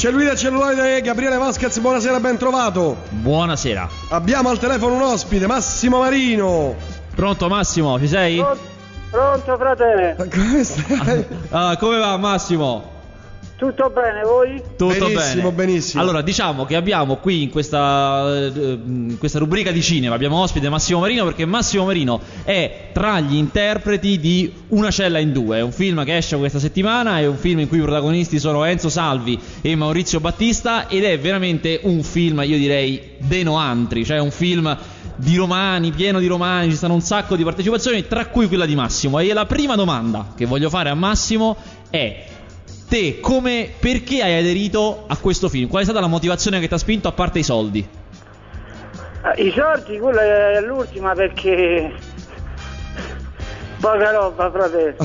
Cellulite e cellulite, Gabriele Vasquez, buonasera, ben trovato. Buonasera. Abbiamo al telefono un ospite, Massimo Marino. Pronto Massimo, ci sei? Pronto fratello. Come stai? Come va Massimo? Tutto bene, voi? Tutto benissimo, bene. benissimo. Allora, diciamo che abbiamo qui in questa rubrica di cinema, abbiamo ospite Massimo Marino, perché Massimo Marino è tra gli interpreti di Una cella in due. È un film che esce questa settimana, è un film in cui i protagonisti sono Enzo Salvi e Maurizio Battista, ed è veramente un film, io direi, denoantri, cioè un film di romani, pieno di romani, ci stanno un sacco di partecipazioni, tra cui quella di Massimo. E la prima domanda che voglio fare a Massimo è: te perché hai aderito a questo film? Qual è stata la motivazione che ti ha spinto, a parte i soldi? I soldi, quella è l'ultima, perché poca roba, fratello.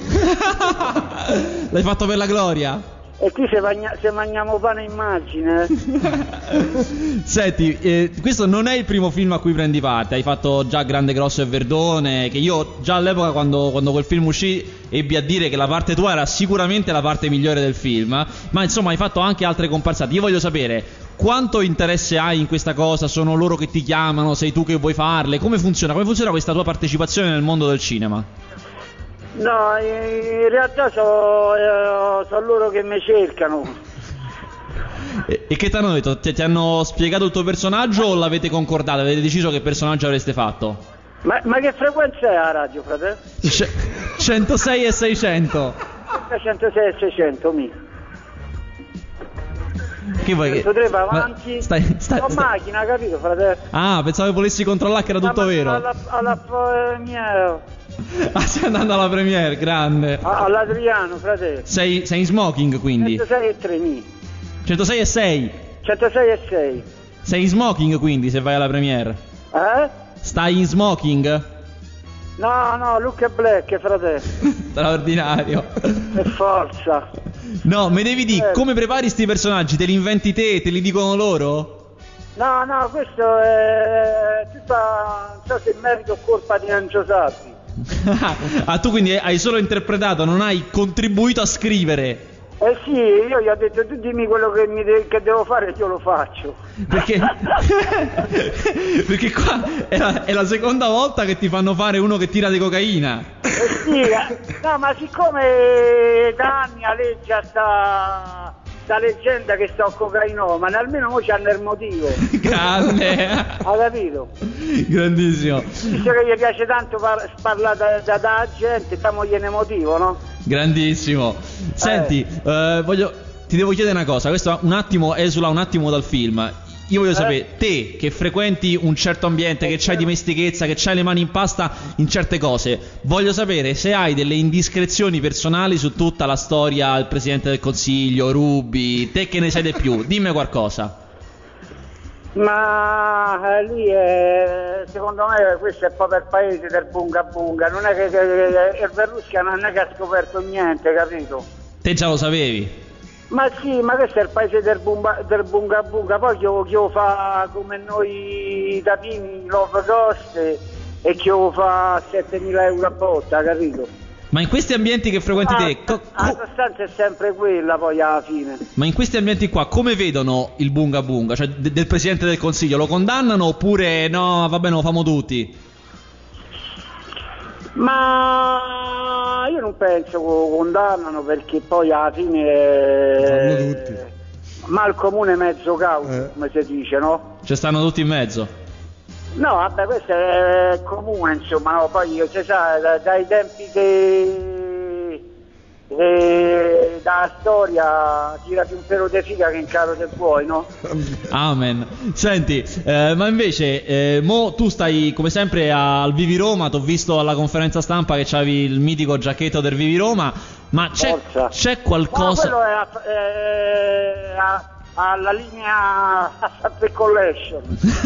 L'hai fatto per la gloria? E qui se mangiamo pane immagine. Senti, questo non è il primo film a cui prendi parte. Hai fatto già Grande Grosso e Verdone, che io già all'epoca, quando quel film uscì, ebbi a dire che la parte tua era sicuramente la parte migliore del film. Ma insomma hai fatto anche altre comparsate. Io voglio sapere quanto interesse hai in questa cosa. Sono loro che ti chiamano? Sei tu che vuoi farle? Come funziona? Come funziona questa tua partecipazione nel mondo del cinema? No, in realtà sono loro che mi cercano. E che ti hanno detto? Ti hanno spiegato il tuo personaggio o l'avete concordato? Avete deciso che personaggio avreste fatto? Ma che frequenza è la radio, fratello? 106 e 600. 106 e 600, mica. Che vuoi che... 103 va avanti. Stai. Macchina, capito, fratello? Ah, pensavo che volessi controllare che era tutto vero. Alla mia... Ah, stai andando alla premiere, grande. All'Adriano, fratello. Sei in smoking, quindi? 106 e 3, mi. 106 e 6. 106 e 6. Sei in smoking, quindi, se vai alla premiere? Stai in smoking? No, look e black, fratello. Straordinario. Per forza. No, mi devi dire come prepari sti personaggi? Te li inventi te? Te li dicono loro? No, questo è tutta... non so se merito o colpa di Enzo Salvi. Ah, tu quindi hai solo interpretato, non hai contribuito a scrivere? Sì, io gli ho detto: tu dimmi quello che devo fare e io lo faccio. Perché perché qua è la seconda volta che ti fanno fare uno che tira di cocaina. Sì, no, ma siccome da anni aleggia sta leggenda che sto cocainomane, almeno mo c'hanno il motivo. Grande. Hai capito? Grandissimo. Visto che gli piace tanto parlare da gente, damogliene motivo, no? Grandissimo. Senti, ti devo chiedere una cosa. Questo esula un attimo dal film. Io voglio sapere, te che frequenti un certo ambiente, che c'hai dimestichezza, che c'hai le mani in pasta in certe cose, voglio sapere se hai delle indiscrezioni personali su tutta la storia del Presidente del Consiglio, Ruby, te che ne sai di più, dimmi qualcosa. Ma lì secondo me questo è proprio il paese del bunga bunga, non è che il Verrusca non è che ha scoperto niente, capito? Te già lo sapevi? Ma sì, ma questo è il paese del bunga bunga, poi chi lo fa come noi tapini, Love Ghost, e chi lo fa 7.000 euro a botta, capito? Ma in questi ambienti che frequenti te... la sostanza è sempre quella poi alla fine. Ma in questi ambienti qua come vedono il bunga bunga? Cioè del Presidente del Consiglio lo condannano oppure no, va bene, lo famo tutti? Ma io non penso che lo condannano, perché poi alla fine tutti. mal comune mezzo cauto, come si dice, no? Ci stanno tutti in mezzo. No, vabbè, questo è comune, insomma, no? Poi si sa, dai tempi dalla storia tirati un pelo de figa che in caro te vuoi, no? Amen. Senti, ma invece mo tu stai come sempre al Vivi Roma. T'ho visto alla conferenza stampa che c'avevi il mitico giacchetto del Vivi Roma. Ma c'è qualcosa? No, quello è alla linea Asset Collection.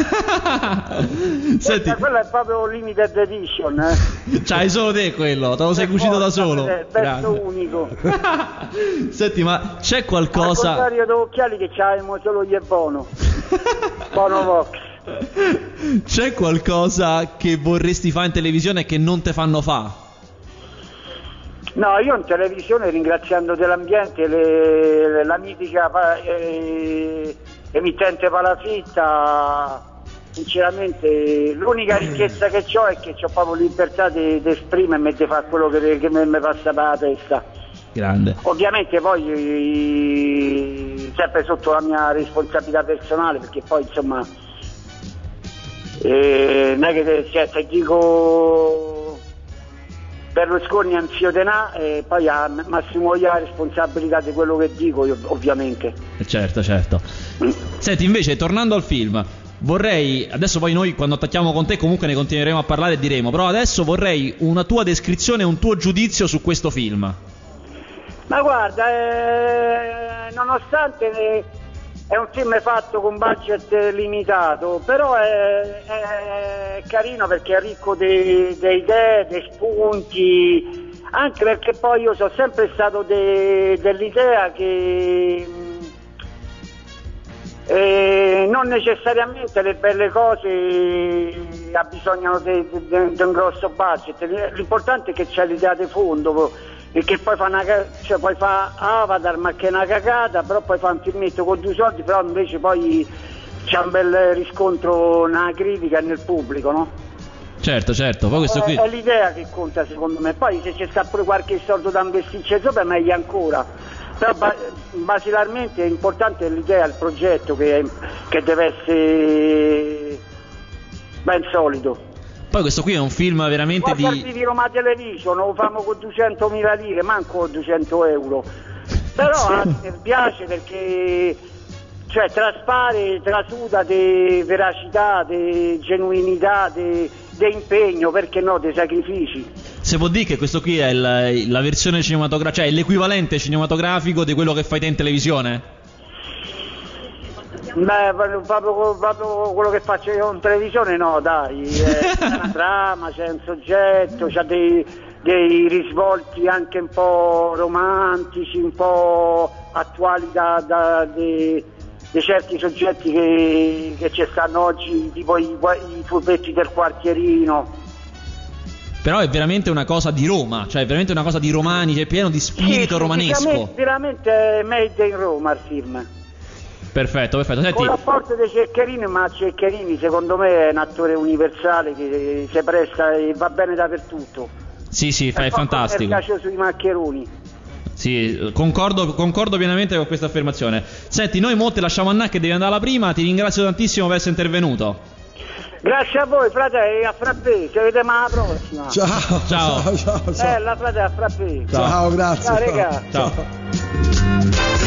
Senti, Quella è proprio limited edition, c'hai solo te quello, te lo sei cucito da solo. È il pezzo unico. Senti, ma c'è qualcosa? Al contrario di occhiali che c'avevamo solo io e Bono. Bono Vox. C'è qualcosa che vorresti fare in televisione che non te fanno fa? No, io in televisione, ringraziando dell'ambiente, la mitica emittente Palafitta, sinceramente l'unica ricchezza che ho è che ho proprio libertà di esprimermi e di fare quello che mi passa per la testa. Grande. Ovviamente poi sempre sotto la mia responsabilità personale, perché poi insomma non è che se dico Berlusconi è un zio Tenà, e poi Massimo io la responsabilità di quello che dico io, ovviamente. Certo. Senti, invece, tornando al film, vorrei, adesso poi noi quando attacchiamo con te comunque ne continueremo a parlare e diremo, però adesso vorrei una tua descrizione, un tuo giudizio su questo film. Ma guarda, nonostante è un film fatto con budget limitato, però è carino perché è ricco di idee, di spunti, anche perché poi io sono sempre stato dell'idea che non necessariamente le belle cose abbisognano di un grosso budget, l'importante è che c'è l'idea di fondo, e che poi poi fa Avatar, ma che è una cagata, però poi fa un filmetto con 2 soldi, però invece poi c'è un bel riscontro nella critica e nel pubblico, no? Certo, poi questo qui è l'idea che conta secondo me, poi se ci sta pure qualche soldo da investirci sopra è meglio ancora, però basilarmente è importante l'idea, il progetto che deve essere ben solido. Poi questo qui è un film veramente di Roma Television, lo famo con 200.000 lire, manco 200 euro. Però mi piace perché traspare, trasuda di veracità, di genuinità, di impegno, perché no, dei sacrifici. Se può dire che questo qui è la versione cinematografica, cioè è l'equivalente cinematografico di quello che fai te in televisione? Beh, proprio quello che faccio io in televisione no, dai, c'è una trama, c'è un soggetto, c'ha dei risvolti anche un po' romantici, un po' attuali di certi soggetti che ci stanno oggi, tipo i furbetti del quartierino. Però è veramente una cosa di Roma, cioè è veramente una cosa di romani, cioè pieno di spirito romanesco. Veramente made in Roma il film. Perfetto. Senti, con l'apporto dei Ceccherini, ma Ceccherini secondo me è un attore universale che si presta e va bene dappertutto. Sì, è fantastico. Mi piace sui maccheroni. Sì, concordo pienamente con questa affermazione. Senti, noi te lasciamo andare che devi andare alla prima, ti ringrazio tantissimo per essere intervenuto. Grazie a voi fratelli, a frappè, ci vediamo alla prossima. Ciao. La fratelli, a frappè. Ciao, grazie. Ciao regà. Ciao.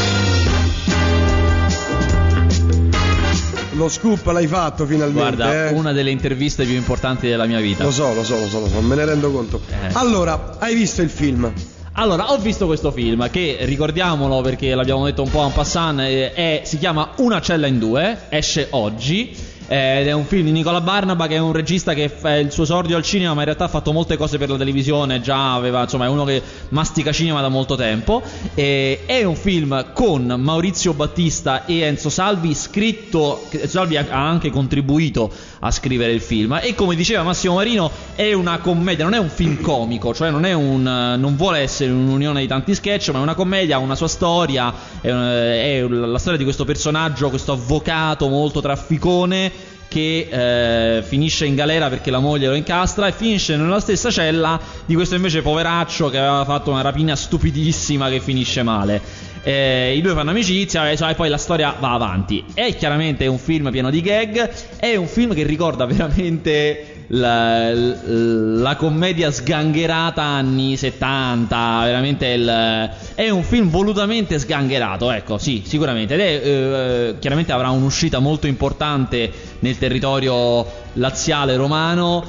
Lo scoop l'hai fatto finalmente. Guarda, una delle interviste più importanti della mia vita. Lo so, me ne rendo conto. Allora, hai visto il film? Allora, ho visto questo film che, ricordiamolo perché l'abbiamo detto un po' en passant, si chiama Una cella in due, esce oggi. Ed è un film di Nicola Barnaba, che è un regista che fa il suo esordio al cinema, ma in realtà ha fatto molte cose per la televisione, già aveva, insomma, è uno che mastica cinema da molto tempo. È un film con Maurizio Battista e Enzo Salvi, Salvi ha anche contribuito a scrivere il film, e come diceva Massimo Marino è una commedia, non è un film comico, cioè non vuole essere un'unione di tanti sketch, ma è una commedia, ha una sua storia, è la storia di questo personaggio, questo avvocato molto trafficone che finisce in galera perché la moglie lo incastra, e finisce nella stessa cella di questo invece poveraccio che aveva fatto una rapina stupidissima che finisce male. I due fanno amicizia e poi la storia va avanti. È chiaramente un film pieno di gag, è un film che ricorda veramente la commedia sgangherata anni 70, veramente è un film volutamente sgangherato, ecco, sì, sicuramente, ed è chiaramente avrà un'uscita molto importante nel territorio laziale romano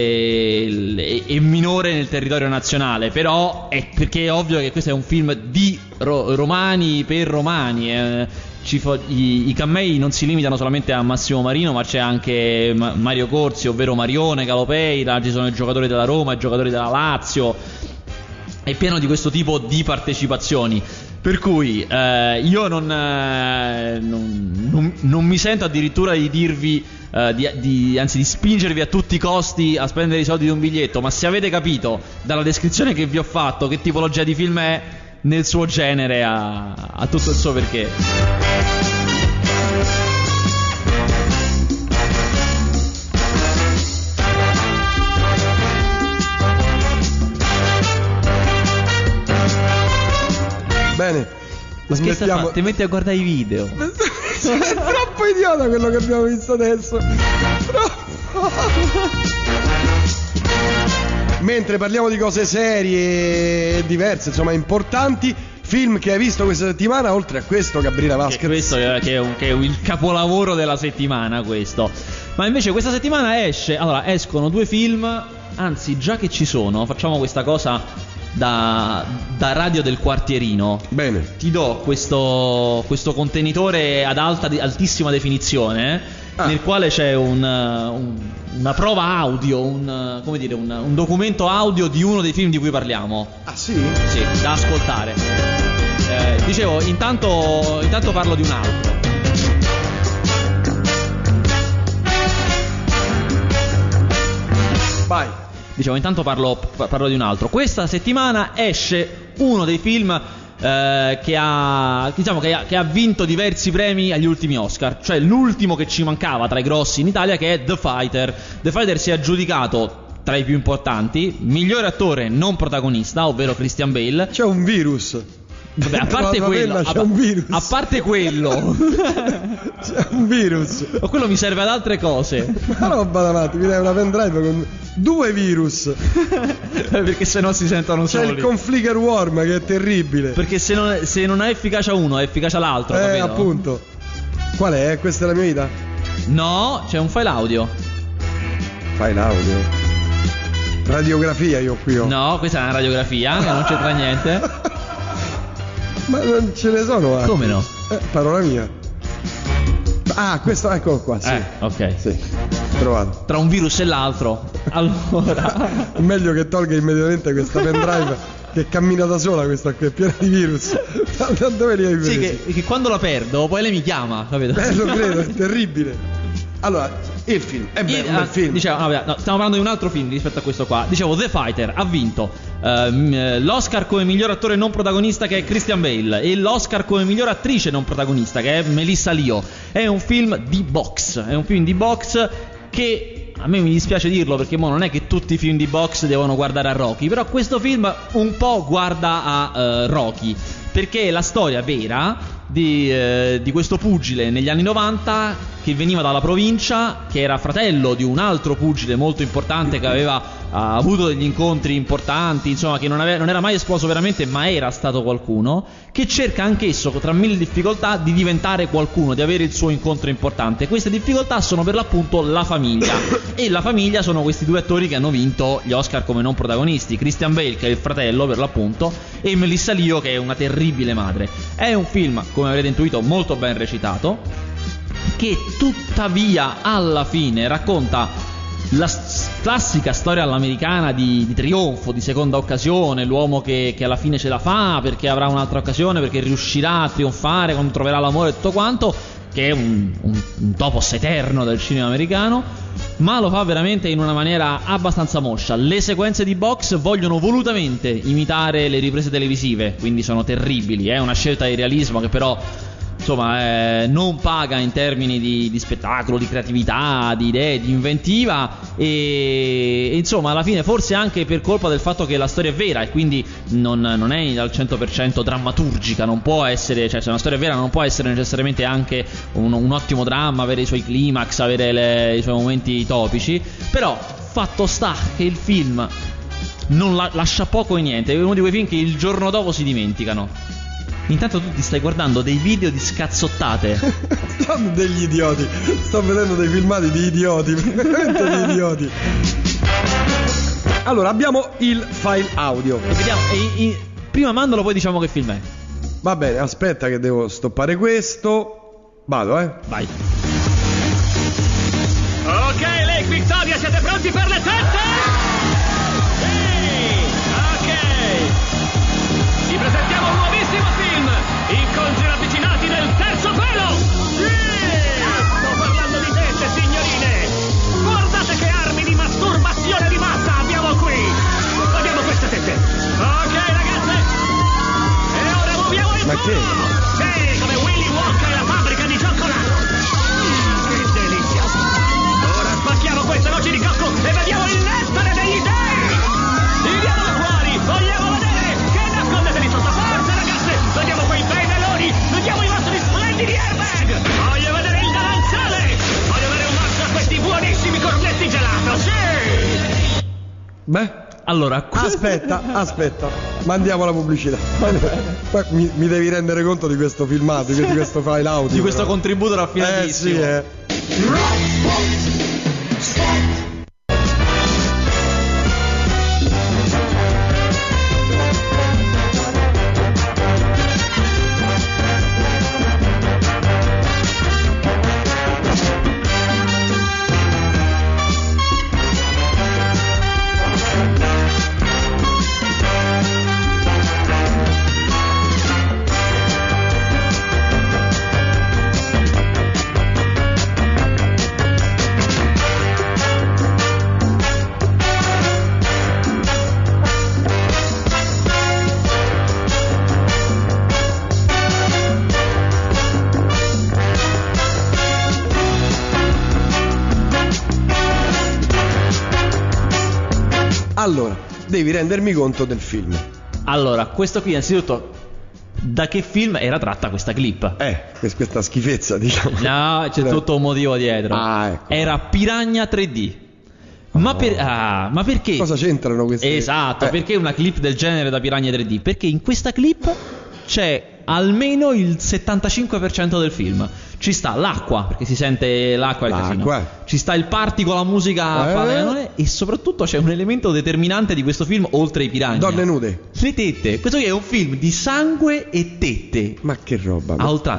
e minore nel territorio nazionale, però è perché è ovvio che questo è un film di romani per romani. I cammei non si limitano solamente a Massimo Marino, ma c'è anche Mario Corsi, ovvero Marione, Calopeira, ci sono i giocatori della Roma, i giocatori della Lazio. È pieno di questo tipo di partecipazioni, per cui io non mi sento addirittura di dirvi anzi di spingervi a tutti i costi a spendere i soldi di un biglietto, ma se avete capito dalla descrizione che vi ho fatto che tipologia di film è, nel suo genere ha tutto il suo perché. Bene, smettiamo. Ti metti a guardare i video. È troppo idiota quello che abbiamo visto adesso. Troppo. Mentre parliamo di cose serie, diverse, insomma importanti, film che hai visto questa settimana, oltre a questo, Gabriele Vasquez. Questo che è il capolavoro della settimana, questo. Ma invece questa settimana escono 2 film, anzi già che ci sono, facciamo questa cosa da radio del quartierino. Bene. Ti do questo contenitore ad altissima definizione, nel quale c'è una prova audio, un documento audio di uno dei film di cui parliamo. Ah sì? Sì, da ascoltare. Dicevo, intanto parlo di un altro. Vai. Dicevo, intanto parlo di un altro. Questa settimana esce uno dei film che ha vinto diversi premi agli ultimi Oscar, cioè l'ultimo che ci mancava tra i grossi in Italia, che è The Fighter. The Fighter si è aggiudicato tra i più importanti migliore attore non protagonista, ovvero Christian Bale. C'è un virus. Vabbè, a parte quello, c'è un virus. A parte quello, c'è un virus. Ma quello mi serve ad altre cose. Ma roba davanti, mi dai una pendrive con 2 virus. Perché sennò si sentono soli. C'è il Confliger Worm che è terribile. Perché se non ha efficacia uno, ha efficacia l'altro. Capito? Appunto. Qual è? Questa è la mia vita? No, c'è un file audio. File audio? Radiografia io qui ho. No, questa è una radiografia, che non c'entra niente. Ma non ce ne sono altri. Come no? Parola mia. Ah, questo, eccolo qua, sì. Ok. Sì, trovato. Tra un virus e l'altro. Allora è meglio che tolga immediatamente questa pendrive che cammina da sola, questa qui è piena di virus. Da dove li hai presi? Sì, che quando la perdo poi lei mi chiama, capito? Lo credo, è terribile. Allora, il film è bello, un bel film. Dicevo, stiamo parlando di un altro film rispetto a questo qua. Dicevo, The Fighter ha vinto l'Oscar come miglior attore non protagonista, che è Christian Bale, e l'Oscar come miglior attrice non protagonista, che è Melissa Leo. È un film di box. È un film di box che a me mi dispiace dirlo, perché non è che tutti i film di box devono guardare a Rocky, però questo film un po' guarda a Rocky, perché è la storia vera di questo pugile negli anni 90 che veniva dalla provincia, che era fratello di un altro pugile molto importante che aveva avuto degli incontri importanti, insomma, che non era mai esploso veramente, ma era stato qualcuno, che cerca anch'esso tra mille difficoltà di diventare qualcuno, di avere il suo incontro importante. Queste difficoltà sono per l'appunto la famiglia, e la famiglia sono questi 2 attori che hanno vinto gli Oscar come non protagonisti: Christian Bale, che è il fratello per l'appunto, e Melissa Leo, che è una terribile madre. È un film, come avrete intuito, molto ben recitato, che tuttavia alla fine racconta la classica storia all'americana di trionfo, di seconda occasione, l'uomo che alla fine ce la fa perché avrà un'altra occasione, perché riuscirà a trionfare quando troverà l'amore e tutto quanto, che è un topos eterno del cinema americano, ma lo fa veramente in una maniera abbastanza moscia. Le sequenze di box vogliono volutamente imitare le riprese televisive, quindi sono terribili, è una scelta di realismo che però insomma non paga in termini di spettacolo, di creatività, di idee, di inventiva, e insomma alla fine forse anche per colpa del fatto che la storia è vera e quindi non è al 100% drammaturgica, non può essere, cioè se una storia è vera non può essere necessariamente anche un ottimo dramma, avere i suoi climax, avere i suoi momenti topici, però fatto sta che il film non lascia poco e niente, è uno di quei film che il giorno dopo si dimenticano. Intanto tu ti stai guardando dei video di scazzottate. Sono degli idioti. Sto vedendo dei filmati di idioti. Veramente di idioti. Allora, abbiamo il file audio. Vediamo, prima mandalo, poi diciamo che film è. Va bene, aspetta che devo stoppare questo. Vado, Vai. Ok, Lake Victoria, siete pronti per le tette? Sì! Ok! Vi presentiamo un nuovissimo film, Incontri ravvicinati del terzo pelo! Sì! Sto parlando di tette, signorine! Beh, Allora, aspetta, mandiamo la pubblicità. Poi mi devi rendere conto di questo filmato, di questo file audio. di questo però. contributo raffinatissimo. Sì. Allora, devi rendermi conto del film. Allora, questo qui innanzitutto, da che film era tratta questa clip? Questa schifezza, diciamo. No, c'è tutto un motivo dietro. Ecco. Era Piranha 3D. Ma perché? Cosa c'entrano queste? Esatto, perché una clip del genere da Piranha 3D? Perché in questa clip c'è almeno il 75% del film. Ci sta l'acqua, perché si sente l'acqua e il casino. Ci sta il party con la musica e soprattutto c'è un elemento determinante di questo film oltre ai piranha. Donne nude. Le tette. Questo qui è un film di sangue e tette. Ma che roba.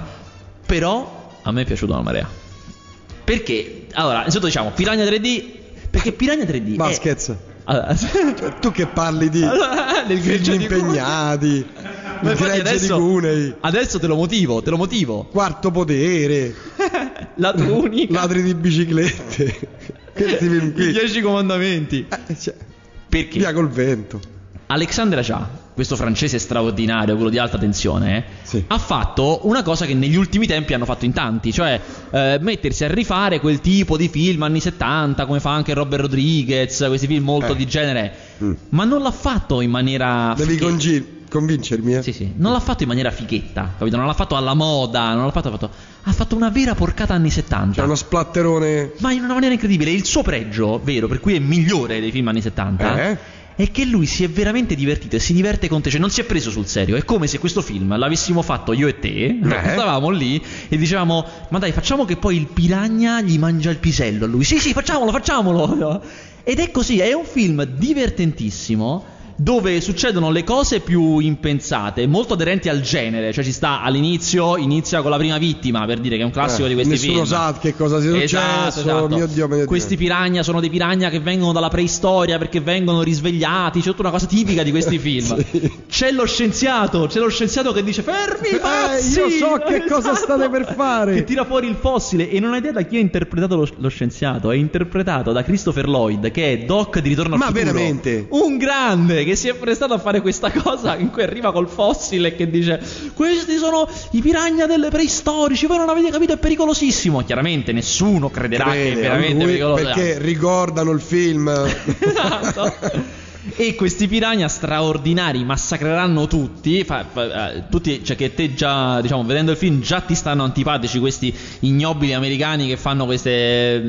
Però a me è piaciuto una marea. Perché? Allora, innanzitutto diciamo Piranha 3D. Perché Piranha 3D Ma è... scherza. Allora, tu che parli di del film impegnati. Ma infatti adesso te lo motivo. Quarto potere. La tunica. Ladri di biciclette. Questi film qui. I 10 comandamenti. Perché? Via col vento. Alexandre Aja, questo francese straordinario, quello di alta tensione, sì, ha fatto una cosa che negli ultimi tempi hanno fatto in tanti, cioè mettersi a rifare quel tipo di film anni 70, come fa anche Robert Rodriguez, questi film molto di genere, ma non l'ha fatto in maniera... Devi convincermi, Sì, non l'ha fatto in maniera fighetta, capito? Non l'ha fatto alla moda, non l'ha fatto... Ha fatto una vera porcata anni 70. Cioè uno splatterone... Ma in una maniera incredibile. Il suo pregio, vero, per cui è migliore dei film anni 70... è che lui si è veramente divertito e si diverte con te, cioè non si è preso sul serio. È come se questo film l'avessimo fatto io e te, stavamo lì e dicevamo: ma dai, facciamo che poi il piranha gli mangia il pisello a lui. Sì, facciamolo. Ed è così, è un film divertentissimo, dove succedono le cose più impensate, molto aderenti al genere, cioè ci sta all'inizio, inizia con la prima vittima, per dire che è un classico di questi film. Nessuno sa che cosa sia successo, esatto. Mio Dio, questi piranha sono dei piranha che vengono dalla preistoria perché vengono risvegliati, c'è tutta una cosa tipica di questi film. Sì. C'è lo scienziato che dice: fermi pazzi, io so che cosa state per fare, che tira fuori il fossile. E non hai idea da chi ha interpretato lo scienziato. È interpretato da Christopher Lloyd, che è Doc di Ritorno al Futuro. Ma veramente? Un grande che si è prestato a fare questa cosa in cui arriva col fossile e che dice: questi sono i piranha delle preistorici, voi non avete capito, è pericolosissimo. Chiaramente nessuno crederà che è veramente pericoloso, perché ricordano il film. Esatto. E questi piranha straordinari massacreranno tutti, tutti, cioè che te già, diciamo, vedendo il film già ti stanno antipatici questi ignobili americani che fanno questi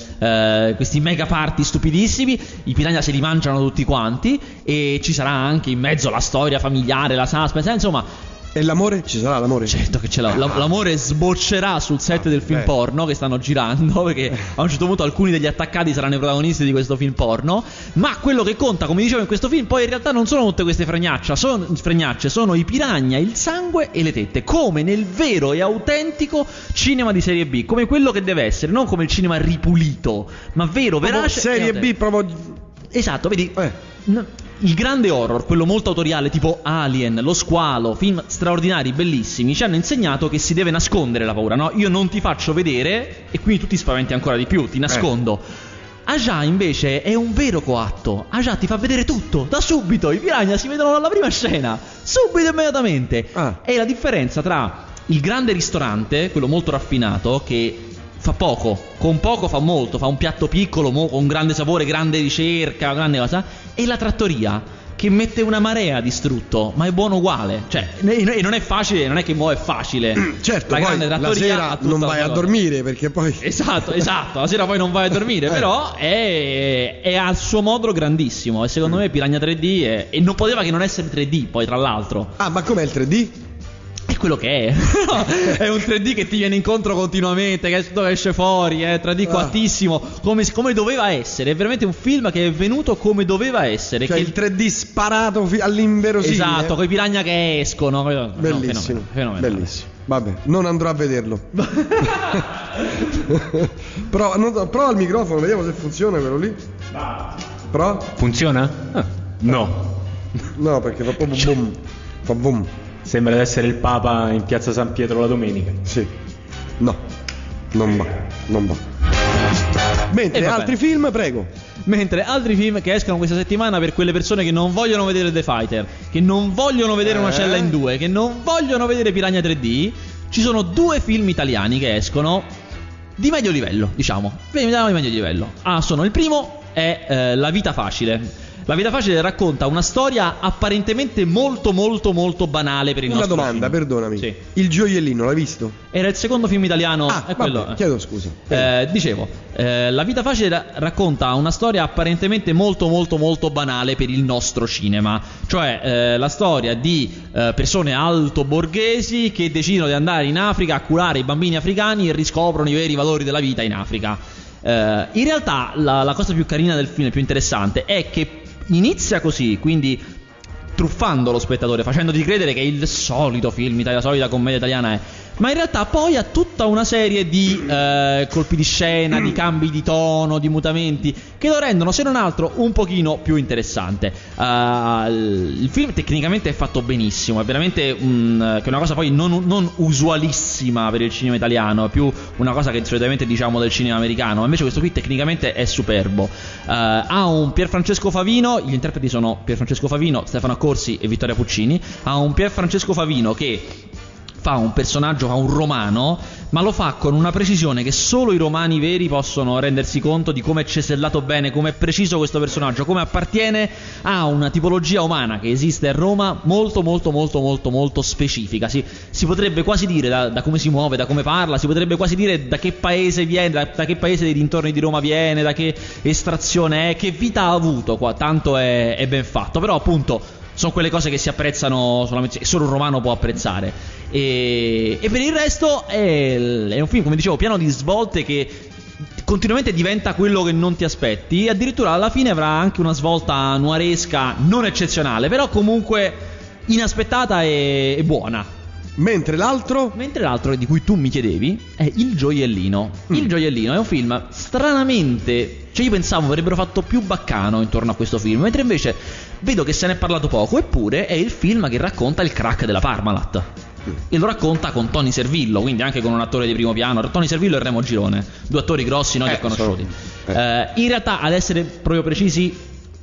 mega party stupidissimi. I piranha se li mangiano tutti quanti e ci sarà anche in mezzo la storia familiare, la suspense, insomma. E l'amore? Ci sarà l'amore? Certo che ce l'ha. L'amore sboccerà sul set del film porno che stanno girando, perché a un certo punto alcuni degli attaccati saranno i protagonisti di questo film porno. Ma quello che conta, come dicevo in questo film, poi in realtà non sono tutte queste fregnacce, sono i piranha, il sangue e le tette, come nel vero e autentico cinema di serie B, come quello che deve essere, non come il cinema ripulito, ma vero, verace. Serie B proprio. Esatto, vedi. Il grande horror, quello molto autoriale, tipo Alien, Lo Squalo, film straordinari, bellissimi, ci hanno insegnato che si deve nascondere la paura, no? Io non ti faccio vedere e quindi tu ti spaventi ancora di più, ti nascondo. Aja invece è un vero coatto. Aja ti fa vedere tutto, da subito. I piranha si vedono dalla prima scena, subito, immediatamente. È la differenza tra il grande ristorante, quello molto raffinato, che fa poco, con poco fa molto, fa un piatto piccolo con grande sapore, grande ricerca, grande cosa, e la trattoria che mette una marea di strutto, ma è buono uguale. Cioè, e non è facile, non è che mo' è facile. Certo, la poi grande la trattoria sera ha tutta non la vai a parola. dormire perché poi... Esatto, la sera poi non vai a dormire, però è al suo modo grandissimo. E secondo me Piranha 3D e non poteva che non essere 3D, poi tra l'altro. Ah, ma com'è il 3D? È quello che è. È un 3D che ti viene incontro continuamente, che esce fuori, è 3D coattissimo, come doveva essere. È veramente un film che è venuto come doveva essere. Cioè che... il 3D sparato all'inverosimile. Esatto, con i piranha che escono. Bellissimo, Fenomeno. bellissimo. Vabbè, non andrò a vederlo. Prova il microfono, vediamo se funziona quello lì. Prova? Funziona? No. No, perché fa proprio boom. Fa boom. Sembra di essere il Papa in piazza San Pietro la domenica. Sì. No. Non va. Mentre vabbè. altri film, prego. Mentre altri film che escono questa settimana per quelle persone che non vogliono vedere The Fighter, che non vogliono vedere Una cella in due, che non vogliono vedere Piranha 3D, ci sono 2 film italiani che escono di medio livello, diciamo. Di medio livello. Il primo è La vita facile. La vita facile racconta una storia apparentemente molto molto molto banale per il Una nostro domanda, film. perdonami. Sì. Il gioiellino, l'hai visto? Era il secondo film italiano. Ah, è quello. vabbè, chiedo scusa. Dicevo, La vita facile racconta una storia apparentemente molto molto molto banale per il nostro cinema. Cioè la storia di persone alto borghesi che decidono di andare in Africa a curare i bambini africani e riscoprono i veri valori della vita in Africa. In realtà la cosa più carina del film, più interessante, è che inizia così, quindi truffando lo spettatore, facendoti credere che è il solito film, la solita commedia italiana è. Ma in realtà poi ha tutta una serie di colpi di scena, di cambi di tono, di mutamenti che lo rendono, se non altro, un pochino più interessante. Il film tecnicamente è fatto benissimo, è veramente che è una cosa poi non usualissima per il cinema italiano, è più una cosa che solitamente diciamo del cinema americano. Invece questo qui tecnicamente è superbo. Ha un Pierfrancesco Favino, gli interpreti sono Pierfrancesco Favino, Stefano Accorsi e Vittoria Puccini. Ha un Pierfrancesco Favino che fa un personaggio, fa un romano, ma lo fa con una precisione che solo i romani veri possono rendersi conto di come è cesellato bene, come è preciso questo personaggio, come appartiene a una tipologia umana che esiste a Roma molto molto molto molto molto specifica. Si potrebbe quasi dire da come si muove, da come parla, si potrebbe quasi dire da che paese viene, da che paese dei dintorni di Roma viene, da che estrazione è, che vita ha avuto qua, tanto è ben fatto. Però appunto sono quelle cose che si apprezzano solamente, che solo un romano può apprezzare. E per il resto è un film, come dicevo, pieno di svolte, che continuamente diventa quello che non ti aspetti. Addirittura alla fine avrà anche una svolta noiresca non eccezionale, però comunque inaspettata e buona. Mentre l'altro di cui tu mi chiedevi è Il gioiellino. Il gioiellino è un film stranamente, cioè io pensavo avrebbero fatto più baccano intorno a questo film, mentre invece vedo che se ne è parlato poco. Eppure è il film che racconta il crack della Parmalat, e lo racconta con Tony Servillo, quindi anche con un attore di primo piano. Tony Servillo e Remo Girone, 2 attori grossi noi che conosciuti. In realtà, ad essere proprio precisi,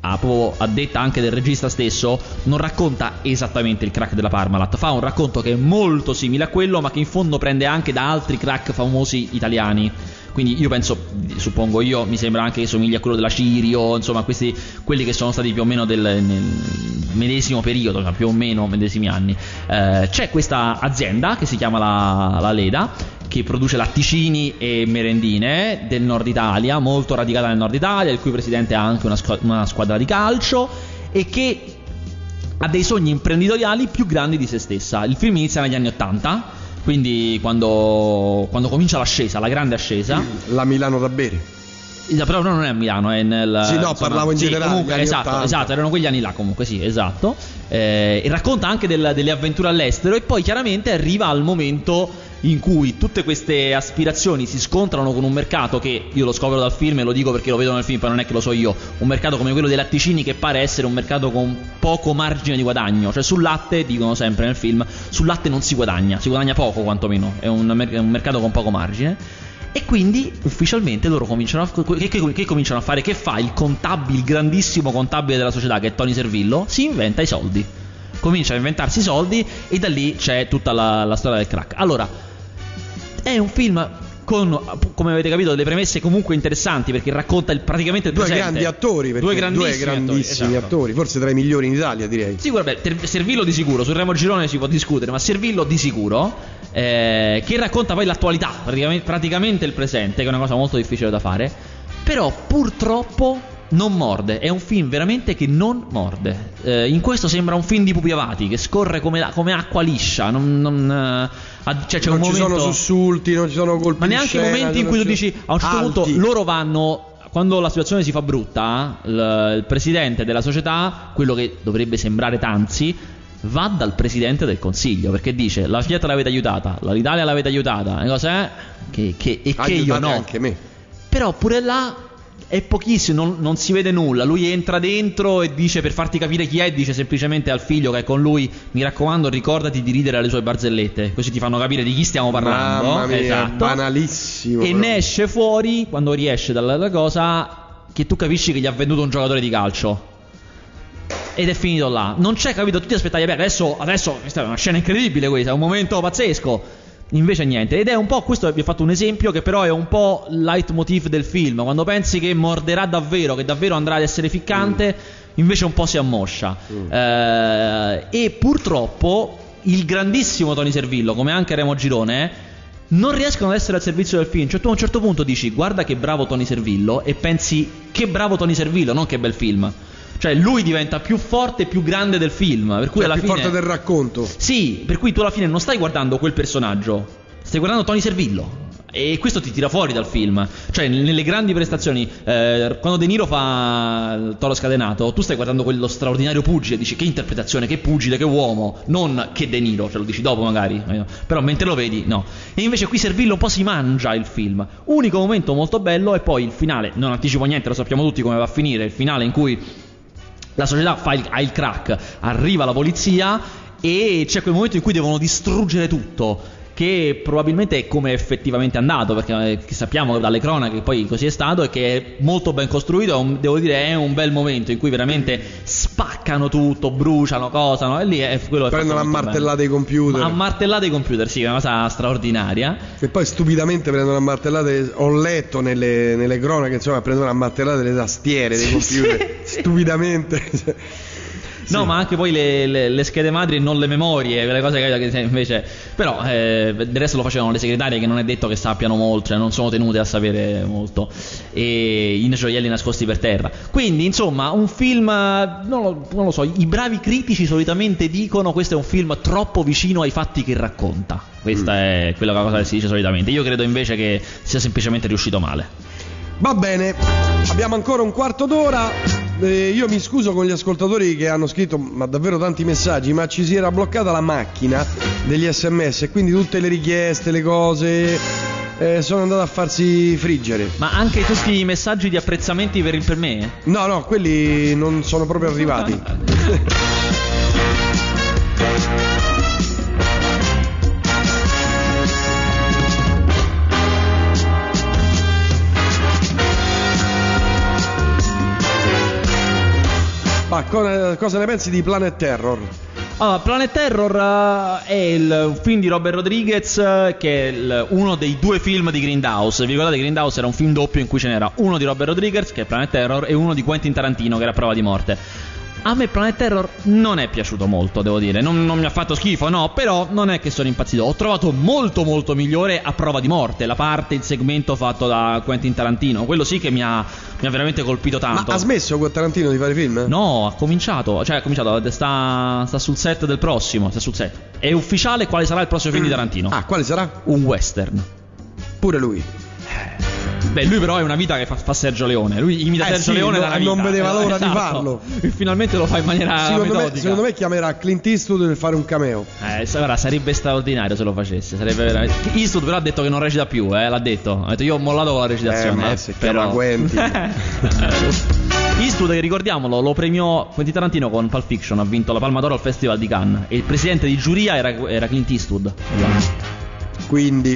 a detta anche del regista stesso, non racconta esattamente il crack della Parmalat, fa un racconto che è molto simile a quello, ma che in fondo prende anche da altri crack famosi italiani. Quindi io penso, suppongo io, mi sembra anche che somigli a quello della Cirio, insomma quelli che sono stati più o meno nel medesimo periodo, più o meno medesimi anni. C'è questa azienda che si chiama la Leda, che produce latticini e merendine del nord Italia, molto radicata nel nord Italia, il cui presidente ha anche una squadra di calcio, e che ha dei sogni imprenditoriali più grandi di se stessa. Il film inizia negli anni 80, quindi quando comincia l'ascesa, la grande ascesa. La Milano da bere. Però non è a Milano, è nel... Sì, no, parlavo in generale. Comunque, esatto, erano quegli anni là comunque, sì, esatto. E racconta anche delle avventure all'estero, e poi chiaramente arriva al momento in cui tutte queste aspirazioni si scontrano con un mercato che, io lo scopro dal film e lo dico perché lo vedo nel film, poi non è che lo so io, un mercato come quello dei latticini che pare essere un mercato con poco margine di guadagno. Cioè sul latte, dicono sempre nel film, sul latte non si guadagna poco quantomeno, è un mercato con poco margine. E quindi ufficialmente loro cominciano che cominciano a fare? Che fa il grandissimo contabile della società, che è Tony Servillo? Si inventa i soldi, comincia a inventarsi i soldi, e da lì c'è tutta la storia del crack. Allora, è un film con, come avete capito, delle premesse comunque interessanti, perché racconta praticamente il presente. Due grandi attori, due grandissimi attori, forse tra i migliori in Italia, direi. Sì, guarda, Servillo di sicuro, sul Remo Girone si può discutere, ma Servillo di sicuro, che racconta poi l'attualità, praticamente il presente, che è una cosa molto difficile da fare, però purtroppo non morde, è un film veramente che non morde. In questo sembra un film di Pupi Avati che scorre come acqua liscia. C'è un non ci momento, sono sussulti, non ci sono colpi, ma neanche scena, momenti in cui tu dici a un certo punto loro vanno. Quando la situazione si fa brutta, il presidente della società, quello che dovrebbe sembrare Tanzi, va dal presidente del consiglio perché dice: la Fiat l'avete aiutata, l'Italia l'avete aiutata, cos'è? Che io no. Anche me. Però pure là è pochissimo, non si vede nulla. Lui entra dentro e dice, per farti capire chi è, dice semplicemente al figlio che è con lui: mi raccomando, ricordati di ridere alle sue barzellette, così ti fanno capire di chi stiamo parlando. Mamma mia, esatto. Banalissimo. E ne esce fuori, quando riesce dalla cosa, che tu capisci che gli ha venduto un giocatore di calcio. Ed è finito là. Non c'è, capito? Tu ti aspettavi, adesso questa è una scena incredibile, questa è un momento pazzesco. Invece niente. Ed è un po', questo vi ho fatto un esempio che però è un po' il leitmotiv del film. Quando pensi che morderà davvero, che davvero andrà ad essere ficcante, invece un po' si ammoscia. E purtroppo il grandissimo Tony Servillo, come anche Remo Girone, non riescono ad essere al servizio del film. Cioè tu a un certo punto dici: guarda che bravo Tony Servillo, e pensi: che bravo Tony Servillo, non che bel film. Cioè lui diventa più forte e più grande del film, per cui alla più fine, forte del racconto. Sì, per cui tu alla fine non stai guardando quel personaggio, stai guardando Tony Servillo. E questo ti tira fuori dal film. Cioè nelle grandi prestazioni, quando De Niro fa il Toro Scatenato, tu stai guardando quello straordinario pugile, dici: che interpretazione, che pugile, che uomo. Non che De Niro, ce lo dici dopo magari, però mentre lo vedi no. E invece qui Servillo un po' si mangia il film. Unico momento molto bello è poi il finale. Non anticipo niente, lo sappiamo tutti come va a finire. Il finale in cui la società ha il crack, arriva la polizia e c'è quel momento in cui devono distruggere tutto, che probabilmente è come effettivamente è andato, perché sappiamo dalle cronache che poi così è stato, e che è molto ben costruito. Devo dire, è un bel momento in cui veramente spaccano tutto, bruciano, cosano, e lì è quello che prendono a martellate i computer. A martellate i computer, sì, è una cosa straordinaria. E poi stupidamente prendono a martellate, ho letto nelle cronache, insomma, prendono a martellate le tastiere dei computer. Sì. Stupidamente. No, ma anche poi le schede madri e non le memorie, quelle cose che invece. Però del resto lo facevano le segretarie, che non è detto che sappiano molto, cioè non sono tenute a sapere molto. E i gioielli nascosti per terra. Quindi, insomma, un film, non lo so, i bravi critici solitamente dicono: questo è un film troppo vicino ai fatti che racconta. Questa è quella cosa che si dice solitamente. Io credo invece che sia semplicemente riuscito male. Va bene, abbiamo ancora un quarto d'ora. Io mi scuso con gli ascoltatori che hanno scritto davvero tanti messaggi, ma ci si era bloccata la macchina degli SMS e quindi tutte le richieste, le cose sono andate a farsi friggere. Ma anche tutti i messaggi di apprezzamenti per me? No, quelli non sono proprio arrivati. Ma cosa ne pensi di Planet Terror? Allora, Planet Terror è il film di Robert Rodriguez, che è uno dei due film di Grindhouse. Vi ricordate, Grindhouse era un film doppio in cui ce n'era uno di Robert Rodriguez, che è Planet Terror, e uno di Quentin Tarantino, che era Prova di morte. A me Planet Terror non è piaciuto molto, devo dire. Non mi ha fatto schifo, no, però non è che sono impazzito. Ho trovato molto molto migliore A Prova di morte, la parte, il segmento fatto da Quentin Tarantino. Quello sì che mi ha veramente colpito tanto. Ma ha smesso con Tarantino di fare film? No, ha cominciato, sta sul set del prossimo, sta sul set. È ufficiale quale sarà il prossimo film di Tarantino. Ah, quale sarà? Un western. Pure lui. Beh, lui però è una vita che fa Sergio Leone. Lui imita Sergio Leone da una vita. Non vedeva l'ora esatto. di farlo. E finalmente lo fa in maniera metodica. Secondo me chiamerà Clint Eastwood per fare un cameo. Sarebbe straordinario se lo facesse. Sarebbe veramente. Eastwood però ha detto che non recita più, l'ha detto. Ha detto: io ho mollato con la recitazione. Ma si chiama Quentin. Eastwood, che ricordiamolo, lo premiò Quentin Tarantino con Pulp Fiction, ha vinto la Palma d'Oro al Festival di Cannes. E il presidente di giuria era Clint Eastwood. Quindi.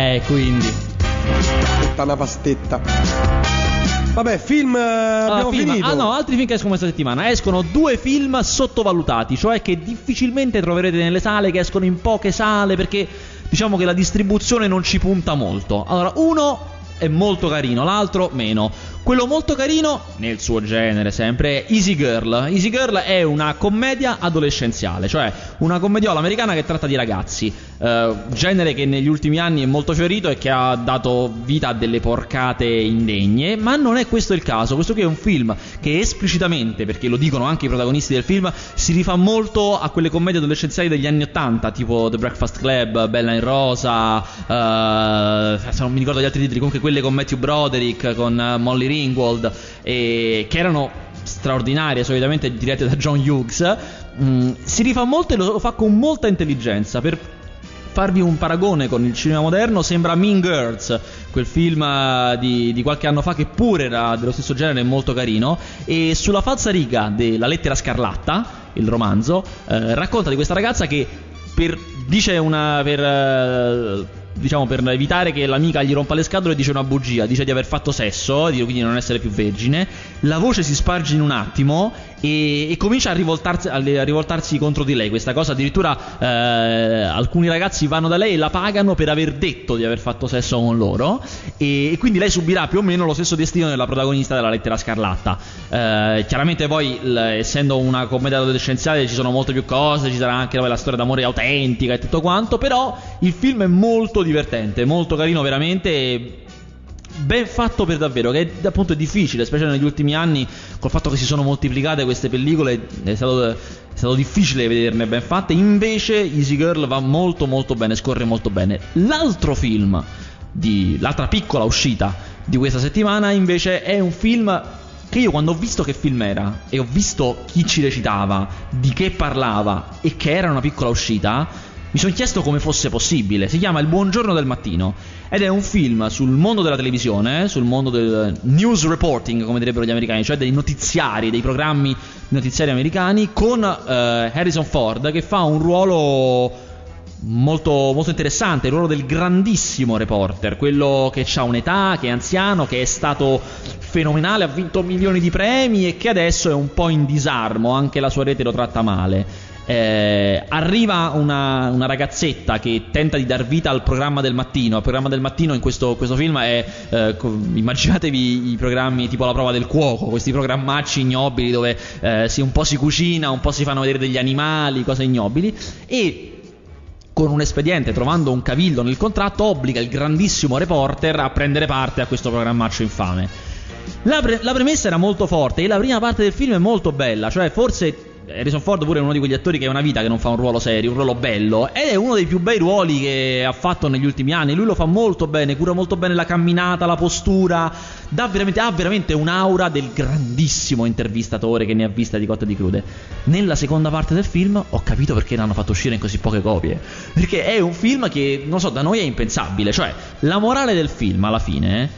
Tutta una pastetta. Vabbè, film abbiamo finito. Altri film che escono questa settimana. Escono due film sottovalutati, cioè che difficilmente troverete nelle sale, che escono in poche sale, perché diciamo che la distribuzione non ci punta molto. Allora, uno è molto carino, l'altro meno. Quello molto carino, nel suo genere sempre, è Easy Girl. Easy Girl è una commedia adolescenziale, cioè una commediola americana che tratta di ragazzi, genere che negli ultimi anni è molto fiorito e che ha dato vita a delle porcate indegne, ma non è questo il caso. Questo qui è un film che esplicitamente, perché lo dicono anche i protagonisti del film, si rifà molto a quelle commedie adolescenziali degli anni *80, tipo The Breakfast Club, Bella in Rosa, se non mi ricordo gli altri titoli, comunque quelle con Matthew Broderick, con Molly Ringwald, che erano straordinarie, solitamente dirette da John Hughes. Si rifà molto e lo fa con molta intelligenza. Per farvi un paragone con il cinema moderno, sembra Mean Girls, quel film di qualche anno fa che pure era dello stesso genere e molto carino. E sulla falsariga della Lettera Scarlatta, il romanzo, racconta di questa ragazza che per evitare che l'amica gli rompa le scatole, dice una bugia, dice di aver fatto sesso, quindi non essere più vergine. La voce si sparge in un attimo e comincia a rivoltarsi contro di lei. Questa cosa addirittura alcuni ragazzi vanno da lei e la pagano per aver detto di aver fatto sesso con loro, e quindi lei subirà più o meno lo stesso destino della protagonista della Lettera Scarlatta. Chiaramente poi, essendo una commedia adolescenziale, ci sono molte più cose, ci sarà anche la storia d'amore autentica e tutto quanto, però il film è molto divertente, molto carino veramente, ben fatto per davvero, che appunto è difficile, specie negli ultimi anni, col fatto che si sono moltiplicate queste pellicole, è stato difficile vederne ben fatte. Invece Easy Girl va molto molto bene, scorre molto bene. L'altra piccola uscita di questa settimana invece è un film che io, quando ho visto che film era e ho visto chi ci recitava, di che parlava e che era una piccola uscita, mi sono chiesto come fosse possibile. Si chiama Il buongiorno del mattino ed è un film sul mondo della televisione, sul mondo del news reporting, come direbbero gli americani, cioè dei notiziari, dei programmi notiziari americani, con Harrison Ford che fa un ruolo molto, molto interessante, il ruolo del grandissimo reporter, quello che ha un'età, che è anziano, che è stato fenomenale, ha vinto milioni di premi e che adesso è un po' in disarmo, anche la sua rete lo tratta male. Arriva una ragazzetta che tenta di dar vita al programma del mattino. Il programma del mattino in questo film è immaginatevi i programmi tipo La prova del cuoco, questi programmacci ignobili dove un po' si cucina, un po' si fanno vedere degli animali, cose ignobili, e con un espediente, trovando un cavillo nel contratto, obbliga il grandissimo reporter a prendere parte a questo programmaccio infame. La premessa era molto forte e la prima parte del film è molto bella, cioè forse Harrison Ford pure è uno di quegli attori che è una vita che non fa un ruolo serio, un ruolo bello, ed è uno dei più bei ruoli che ha fatto negli ultimi anni. Lui lo fa molto bene, cura molto bene la camminata, la postura, ha veramente un'aura del grandissimo intervistatore che ne ha vista di cotte e di crude. Nella seconda parte del film ho capito perché l'hanno fatto uscire in così poche copie, perché è un film che, non so, da noi è impensabile. Cioè, la morale del film alla fine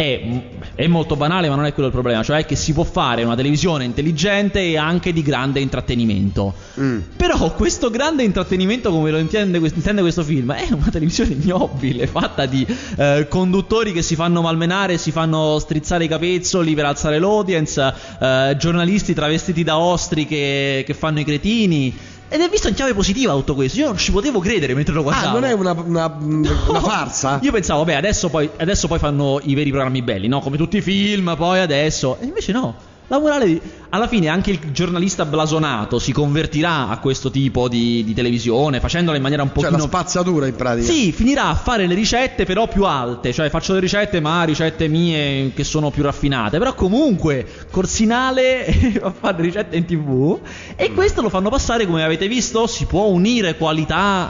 è molto banale, ma non è quello il problema, cioè che si può fare una televisione intelligente e anche di grande intrattenimento. Però questo grande intrattenimento, come lo intende questo film, è una televisione ignobile, fatta di conduttori che si fanno malmenare, si fanno strizzare i capezzoli per alzare l'audience, giornalisti travestiti da ostri che fanno i cretini. Ed è visto in chiave positiva tutto questo. Io non ci potevo credere mentre lo guardavo. Non è una farsa? Io pensavo, vabbè, adesso poi fanno i veri programmi belli, no? Come tutti i film, poi adesso. E invece no. La morale alla fine anche il giornalista blasonato si convertirà a questo tipo di televisione, facendola in maniera un pochino, cioè la spazzatura in pratica. Sì, finirà a fare le ricette però più alte. Cioè faccio le ricette, ma ricette mie che sono più raffinate. Però comunque Corsinale a fare ricette in TV. E questo lo fanno passare, come avete visto. Si può unire qualità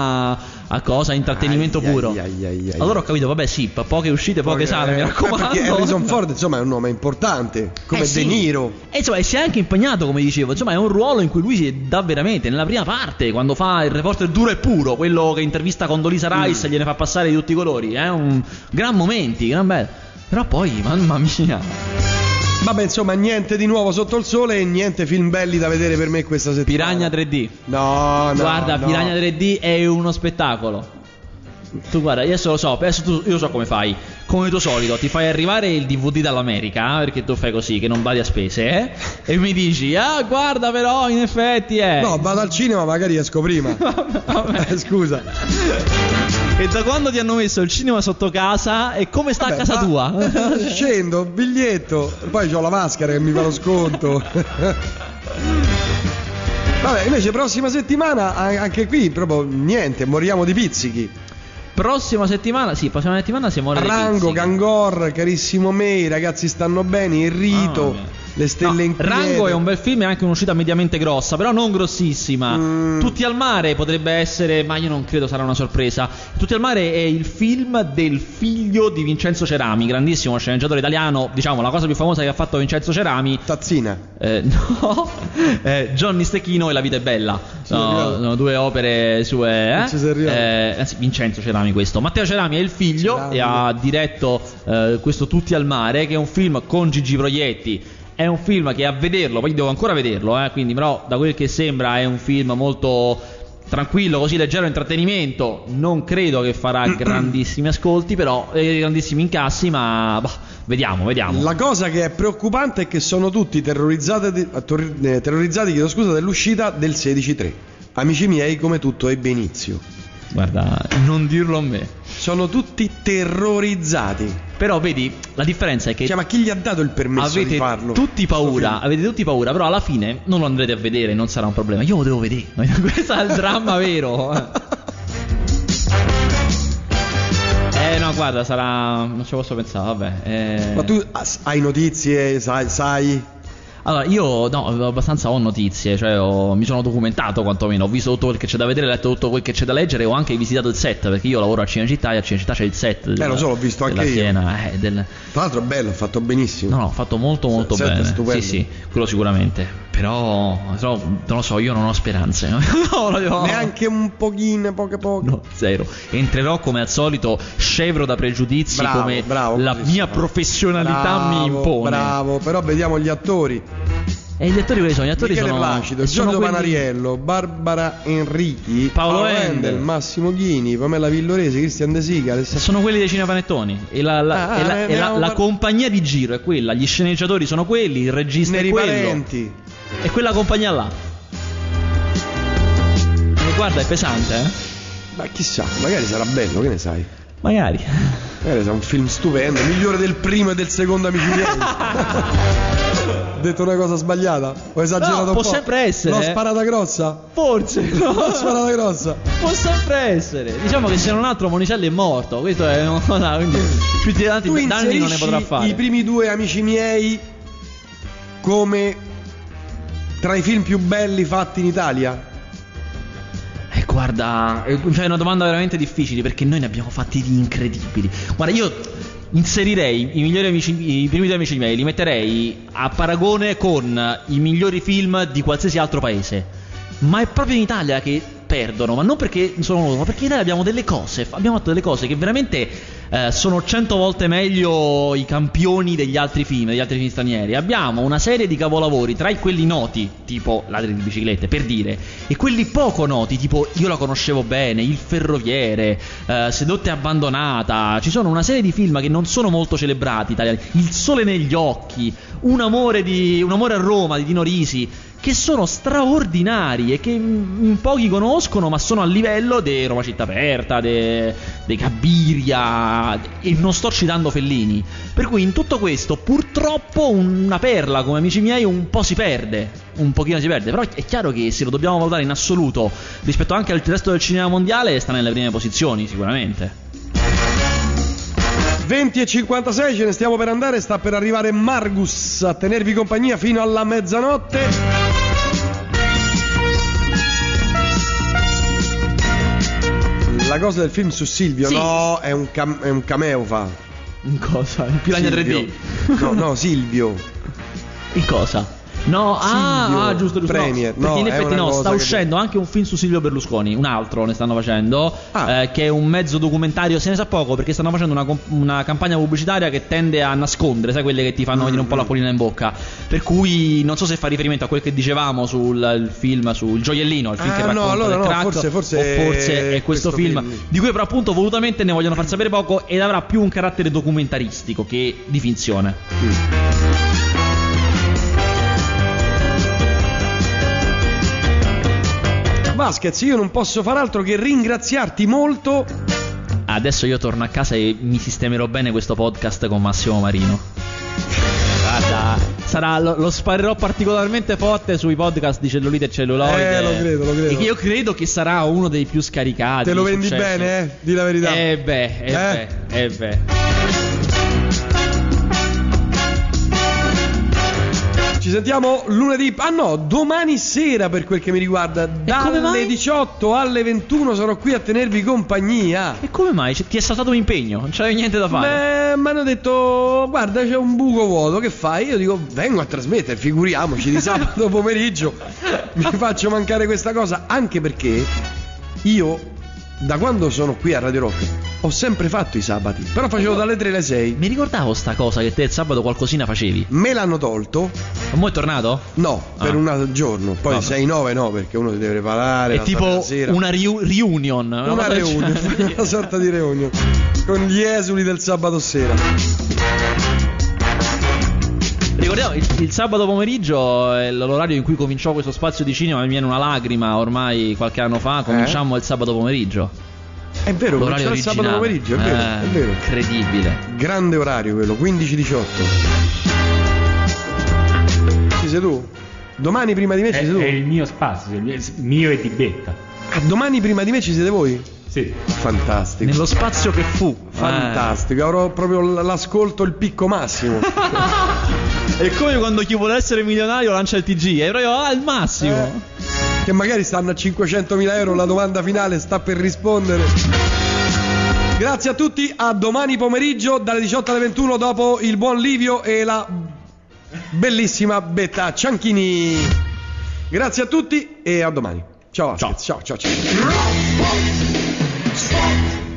a cosa? Intrattenimento puro. Allora ho capito, vabbè, sì, poche uscite, poche sale, mi raccomando. Perché Harrison Ford, insomma, è un nome importante, come sì. De Niro. E insomma, si è anche impegnato, come dicevo. Insomma, è un ruolo in cui lui si dà veramente. Nella prima parte, quando fa il reporter duro e puro, quello che intervista Condoleezza Rice e gliene fa passare di tutti i colori, è un gran momenti, gran bello. Però poi, mamma mia. Vabbè, insomma, niente di nuovo sotto il sole e niente film belli da vedere per me questa settimana. Piranha 3D. No. Guarda, Piranha 3D è uno spettacolo. Tu guarda, adesso lo so, io so come fai. come tuo solito, ti fai arrivare il DVD dall'America, perché tu fai così, che non vadi a spese, e mi dici, ah, guarda però, in effetti No, vado al cinema, magari esco prima. Scusa. E da quando ti hanno messo il cinema sotto casa, e come sta a casa tua? Scendo, biglietto, poi c'ho la maschera che mi fa lo sconto. Vabbè, invece prossima settimana, anche qui proprio niente, moriamo di pizzichi. Prossima settimana siamo alle Rango, Gangor, Carissimo me, I ragazzi stanno bene, Il rito, Le stelle inquiete. Rango è un bel film, è anche un'uscita mediamente grossa, però non grossissima. Tutti al mare potrebbe essere, ma io non credo sarà una sorpresa. Tutti al mare è il film del figlio di Vincenzo Cerami, grandissimo sceneggiatore italiano, diciamo la cosa più famosa che ha fatto Vincenzo Cerami. Tazzina. No. Johnny Stecchino e La vita è bella. Sono due opere sue. Anzi, Vincenzo Cerami questo. Matteo Cerami è il figlio e ha diretto questo Tutti al mare, che è un film con Gigi Proietti. È un film che a vederlo, poi devo ancora vederlo, quindi però da quel che sembra è un film molto tranquillo, così leggero intrattenimento. Non credo che farà grandissimi ascolti, però grandissimi incassi, ma vediamo. La cosa che è preoccupante è che sono tutti terrorizzati dell'uscita del 16/3. Amici miei, come tutto ebbe inizio. Guarda, non dirlo a me. Sono tutti terrorizzati. Però vedi, la differenza è che ma chi gli ha dato il permesso di farlo? Avete tutti paura, però alla fine non lo andrete a vedere, non sarà un problema. Io lo devo vedere. Questo è il dramma vero. No, guarda, sarà... non ci posso pensare, vabbè. Ma tu hai notizie, sai? Allora, io abbastanza ho notizie, cioè mi sono documentato quantomeno, ho visto tutto quel che c'è da vedere, ho letto tutto quel che c'è da leggere, ho anche visitato il set, perché io lavoro a Cinecittà e a Cinecittà c'è il set lo so, l'ho visto anche io. Siena, Tra l'altro è bello, fatto benissimo. No, fatto molto bene. Stupendo. Sì, quello sicuramente. Però non lo so, io non ho speranze. Neanche un pochino, poche. No, zero. Entrerò come al solito scevro da pregiudizi, bravo, la mia professionalità mi impone. Bravo, però vediamo gli attori. E gli attori quali sono? Gli attori Michele sono Placido, Giorgio Panariello, Barbara Enrichi, Paolo Endel, Massimo Ghini, Pamela Villoresi, Cristian De Sica. Sono quelli dei Cinepanettoni. E la compagnia di giro è quella, gli sceneggiatori sono quelli, il regista è quello. Parenti. E quella compagnia là. E guarda, è pesante, Ma chissà, magari sarà bello, che ne sai? Magari sarà un film stupendo, migliore del primo e del secondo, amici miei. Ho detto una cosa sbagliata? Ho esagerato un po'? Può sempre essere. L'ho sparata grossa? Forse no. L'ho sparata grossa. Può sempre essere. Diciamo che se non altro Monicelli è morto. Questo è una cosa, quindi più di tanti danni non ne potrà fare. I primi due, amici miei, come tra i film più belli fatti in Italia? Guarda, è una domanda veramente difficile, perché noi ne abbiamo fatti di incredibili. Guarda, io inserirei i primi due amici miei, li metterei a paragone con i migliori film di qualsiasi altro paese. Ma è proprio in Italia che perdono, ma non perché sono loro, ma perché in Italia abbiamo fatto delle cose che veramente sono 100 volte meglio i campioni degli altri film stranieri. Abbiamo una serie di capolavori, tra quelli noti, tipo Ladri di biciclette, per dire, e quelli poco noti, tipo Io la conoscevo bene, Il ferroviere, Sedotta e abbandonata. Ci sono una serie di film che non sono molto celebrati italiani, Il sole negli occhi, Un amore a Roma di Dino Risi, che sono straordinari e che in pochi conoscono, ma sono a livello di Roma città aperta, di Cabiria, e non sto citando Fellini. Per cui in tutto questo purtroppo una perla come Amici miei un po' si perde, un pochino si perde, però è chiaro che se lo dobbiamo valutare in assoluto rispetto anche al resto del cinema mondiale sta nelle prime posizioni sicuramente. 20:56, ce ne stiamo per andare, sta per arrivare Margus a tenervi compagnia fino alla mezzanotte. La cosa del film su Silvio, sì. No, è un cameo fa. In cosa? In Piranha 3D? No, Silvio. In cosa? No, Silvio giusto. Premier. No, perché in è effetti una cosa sta che- uscendo anche un film su Silvio Berlusconi, un altro ne stanno facendo, che è un mezzo documentario, se ne sa poco perché stanno facendo una campagna pubblicitaria che tende a nascondere, sai, quelle che ti fanno venire un po' la polina in bocca. Per cui non so se fa riferimento a quel che dicevamo sul film, sul Gioiellino, il film che racconta allora del no, crack, forse o forse è questo film, di cui però appunto volutamente ne vogliono far sapere poco ed avrà più un carattere documentaristico che di finzione. Vasquez, io non posso far altro che ringraziarti molto. Adesso io torno a casa e mi sistemerò bene questo podcast con Massimo Marino. Guarda, lo sparerò particolarmente forte sui podcast di Cellulite e Celluloide. Lo credo. E io credo che sarà uno dei più scaricati. Te lo vendi successi. bene, Di la verità. Ci sentiamo lunedì. Domani sera per quel che mi riguarda. come mai? Dalle 18 alle 21 sarò qui a tenervi compagnia. E come mai? Ti è saltato un impegno? Non c'avevi niente da fare? Mi hanno detto, guarda, c'è un buco vuoto, che fai? Io dico, vengo a trasmettere, figuriamoci, di sabato pomeriggio mi faccio mancare questa cosa, anche perché io, da quando sono qui a Radio Rock, ho sempre fatto i sabati, però facevo dalle 3 alle 6. Mi ricordavo sta cosa che te il sabato qualcosina facevi. Me l'hanno tolto? Mo' è tornato? No, per un giorno. Poi Vabbè. 6-9 no, perché uno si deve preparare. È tipo sera. una reunion. Una reunion, una sorta di reunion con gli esuli del sabato sera. Ricordiamo, il sabato pomeriggio è l'orario in cui cominciò questo spazio di cinema. Mi viene una lacrima ormai qualche anno fa. Cominciamo il sabato pomeriggio. È vero, L'orario c'è il sabato originale. pomeriggio, è vero. Incredibile. Grande orario quello, 15-18. Ci sei tu? Domani prima di me ci sei tu? È il mio spazio, il mio e di Betta. Domani prima di me ci siete voi? Sì. Fantastico. Nello spazio che fu. Fantastico, avrò proprio l'ascolto il picco massimo. È come quando chi vuole essere milionario lancia il TG. È proprio al massimo. Che magari stanno a 500.000 euro, la domanda finale sta per rispondere. Grazie a tutti, a domani pomeriggio dalle 18 alle 21 dopo il buon Livio e la bellissima Betta Cianchini. Grazie a tutti e a domani. Ciao Vasquez, ciao. Stop.